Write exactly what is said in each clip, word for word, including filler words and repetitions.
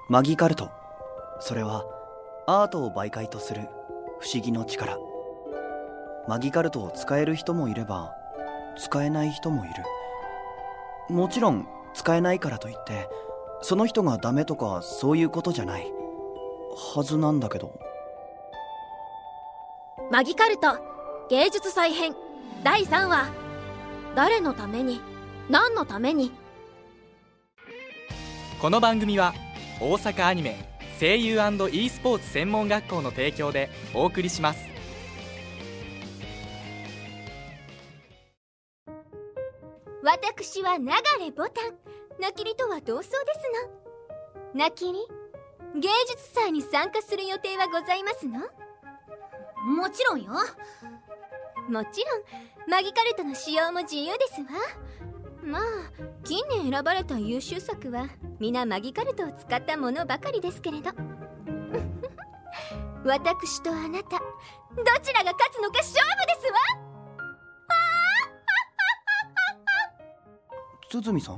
マギカルト、それはアートを媒介とする不思議の力。マギカルトを使える人もいれば使えない人もいる。もちろん使えないからといってその人がダメとかそういうことじゃないはずなんだけど。 マギカルト芸術祭編だいさんわ、誰のために何のために。 この番組は大阪アニメ声優&e スポーツ専門学校の提供でお送りします。 私は流れボタン、ナキリとは同窓ですの。ナキリ、芸術祭に参加する予定はございますの？ もちろんよ。 もちろんマギカルトの使用も自由ですわ。まあ近年選ばれた優秀作は皆マギカルトを使ったものばかりですけれど私とあなた、どちらが勝つのか勝負ですわ。 鼓さん、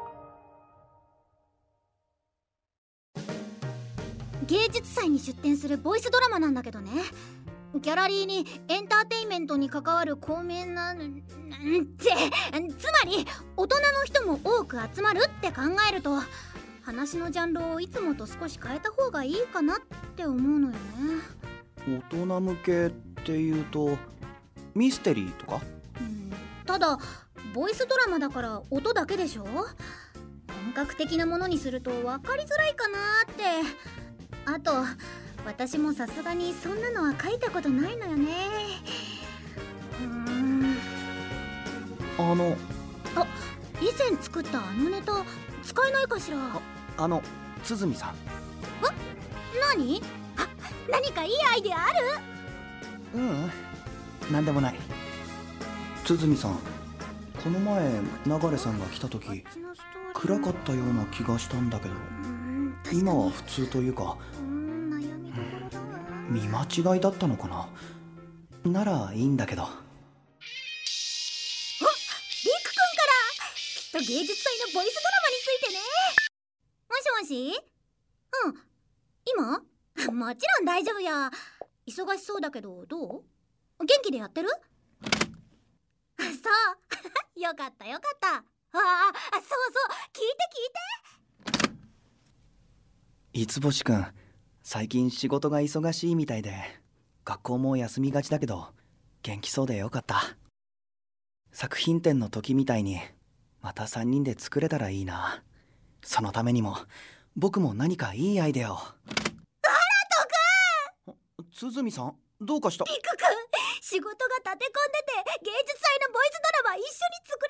芸術祭に出展するボイスドラマなんだけどね、ギャラリーにエンターテインメントに関わる高名なってつまり大人の人も多く集まるって考えると話のジャンルをいつもと少し変えた方がいいかなって思うのよね。 大人向けっていうとミステリーとか、 うん、ただボイスドラマだから音だけでしょ。本格的なものにすると分かりづらいかなって。あと私もさすがにそんなのは書いたことないのよね。うーんあのあ、以前作ったあのネタ使えないかしら。 ああの鼓さん、 わ、何？あ、何かいいアイデアある？ ううんなんでもない。鼓さん、この前流さんが来た時暗かったような気がしたんだけど、今は普通というか、見間違いだったのかな。ならいいんだけど。あ、 リクくんからきっと芸術祭のボイスドラマについてね。もしもし？うん、今？もちろん大丈夫よ。忙しそうだけどどう？元気でやってる？そうよかったよかった。ああ、そうそう、聞いて聞いて。 五星くん、最近仕事が忙しいみたいで学校も休みがちだけど元気そうでよかった。作品展の時みたいにまたさんにんで作れたらいいな。そのためにも僕も何かいいアイデアを。あらとくん、鼓さんどうかした？ リクくん、仕事が立て込んでて芸術祭のボイスドラマ一緒に作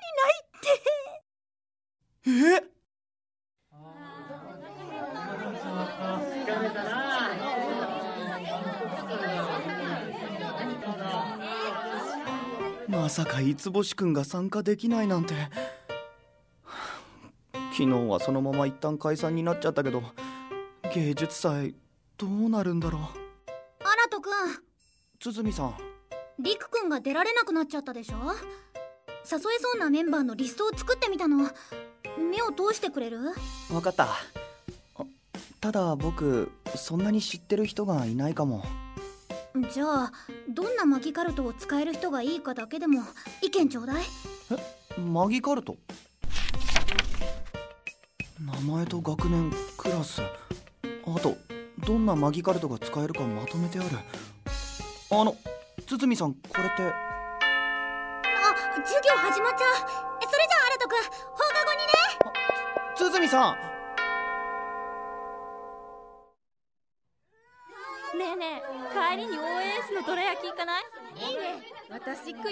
れそうにないって。 え？まさか五星くんが参加できないなんて。昨日はそのまま一旦解散になっちゃったけど、芸術祭どうなるんだろう。 あらとくん、 鼓さん、 リクくんが出られなくなっちゃったでしょ。誘えそうなメンバーのリストを作ってみたの。目を通してくれる？ 分かった。ただ僕そんなに知ってる人がいないかも。 じゃあどんなマギカルトを使える人がいいかだけでも意見ちょうだい。 え、マギカルト？名前と学年、クラス、あとどんなマギカルトが使えるかまとめてある。あの鼓さん、これって。 あ、授業始まっちゃう。それじゃあ新人くん、放課後にね。 鼓さん、 ねえねえ、帰りに オーエーエス のどら焼き行かない？いいね、私栗餅チー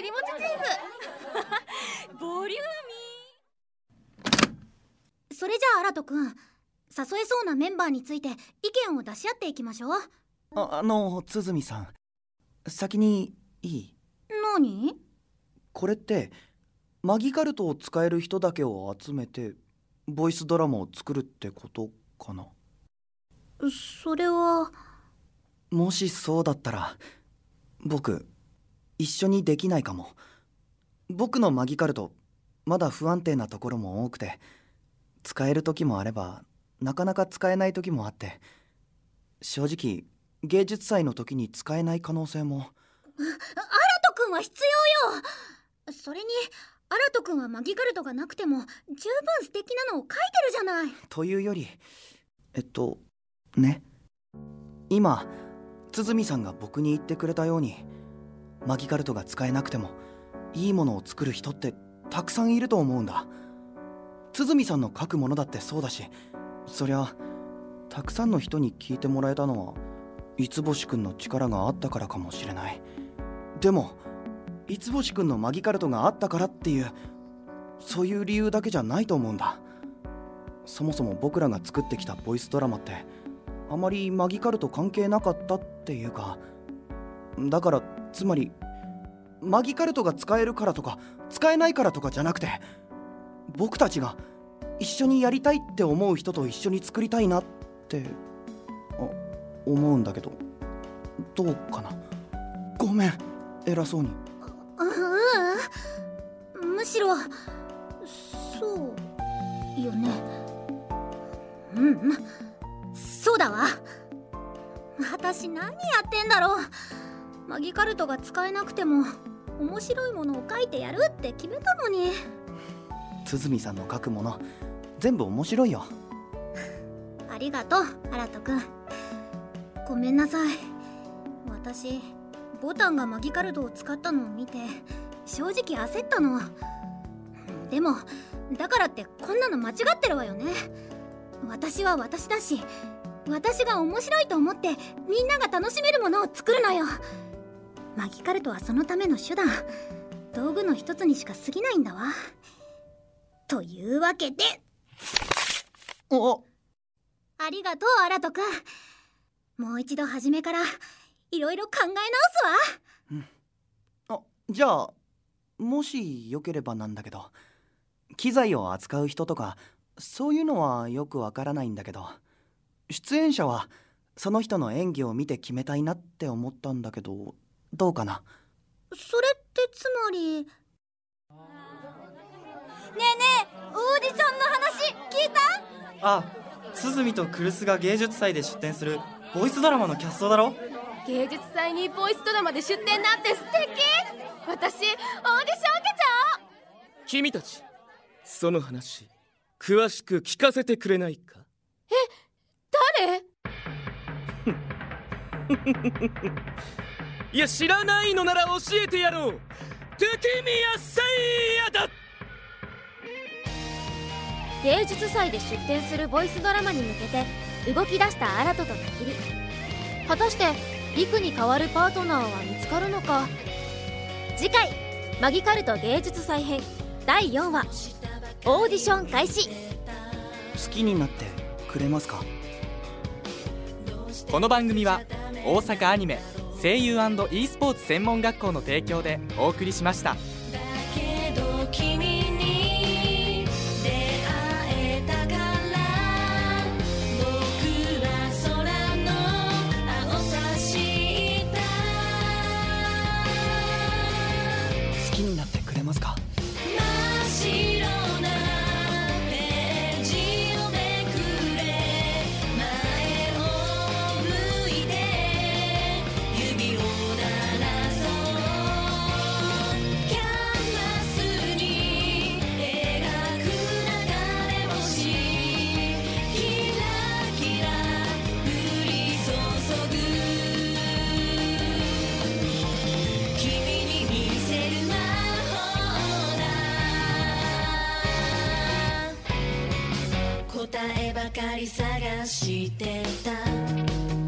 ズボリューミー。それじゃあ新人くん、誘えそうなメンバーについて意見を出し合っていきましょう。 あ、あの鼓さん、先にいい？ 何？ これってマギカルトを使える人だけを集めてボイスドラマを作るってことかな？ それは。 もしそうだったら僕一緒にできないかも。僕のマギカルトまだ不安定なところも多くて使える時もあればなかなか使えない時もあって、正直芸術祭の時に使えない可能性も。 アラト君は必要よ。それにアラト君はマギカルトがなくても十分素敵なのを描いてるじゃない。 というよりえっとね今鼓さんが僕に言ってくれたように、マギカルトが使えなくてもいいものを作る人ってたくさんいると思うんだ。鼓さんの書くものだってそうだし、そりゃたくさんの人に聞いてもらえたのは五星くんの力があったからかもしれない。でも五星くんのマギカルトがあったからっていう、そういう理由だけじゃないと思うんだ。そもそも僕らが作ってきたボイスドラマってあまりマギカルト関係なかったっていうか、だからつまりマギカルトが使えるからとか使えないからとかじゃなくて、僕たちが一緒にやりたいって思う人と一緒に作りたいなってあ思うんだけど、どうかな。ごめん偉そうに。 ううん、むしろそうよね。うんそうだわ。私何やってんだろう。マギカルトが使えなくても面白いものを書いてやるって決めたのに。 鼓さんの書くもの全部面白いよ。 ありがとうアラト君。ごめんなさい。私ボタンがマギカルトを使ったのを見て正直焦ったの。でもだからってこんなの間違ってるわよね。私は私だし、私が面白いと思ってみんなが楽しめるものを作るのよ。マギカルトはそのための手段、道具の一つにしか過ぎないんだわ。というわけでおありがとうアラト君。もう一度初めからいろいろ考え直すわ。 うん、あじゃあもしよければなんだけど、機材を扱う人とかそういうのはよくわからないんだけど、出演者はその人の演技を見て決めたいなって思ったんだけど、どうかな。 それってつまり。ねえねえ、オーディションの話聞いた？ あ、鼓とクルスが芸術祭で出展するボイスドラマのキャストだろ。 芸術祭にボイスドラマで出展なんて素敵。私オーディション受けちゃおう。 君たちその話詳しく聞かせてくれないか。 え、誰？ いや知らないのなら教えてやろう。テキミヤセイヤだ。 芸術祭で出展するボイスドラマに向けて動き出したアラトとタキリ。果たしてリクに代わるパートナーは見つかるのか。次回マギカルト芸術祭編だいよんわ、オーディション開始。 好きになってくれますか。 この番組は大阪アニメ声優 &e スポーツ専門学校の提供でお送りしました。 好きになってくれますか。 答えばかり探してた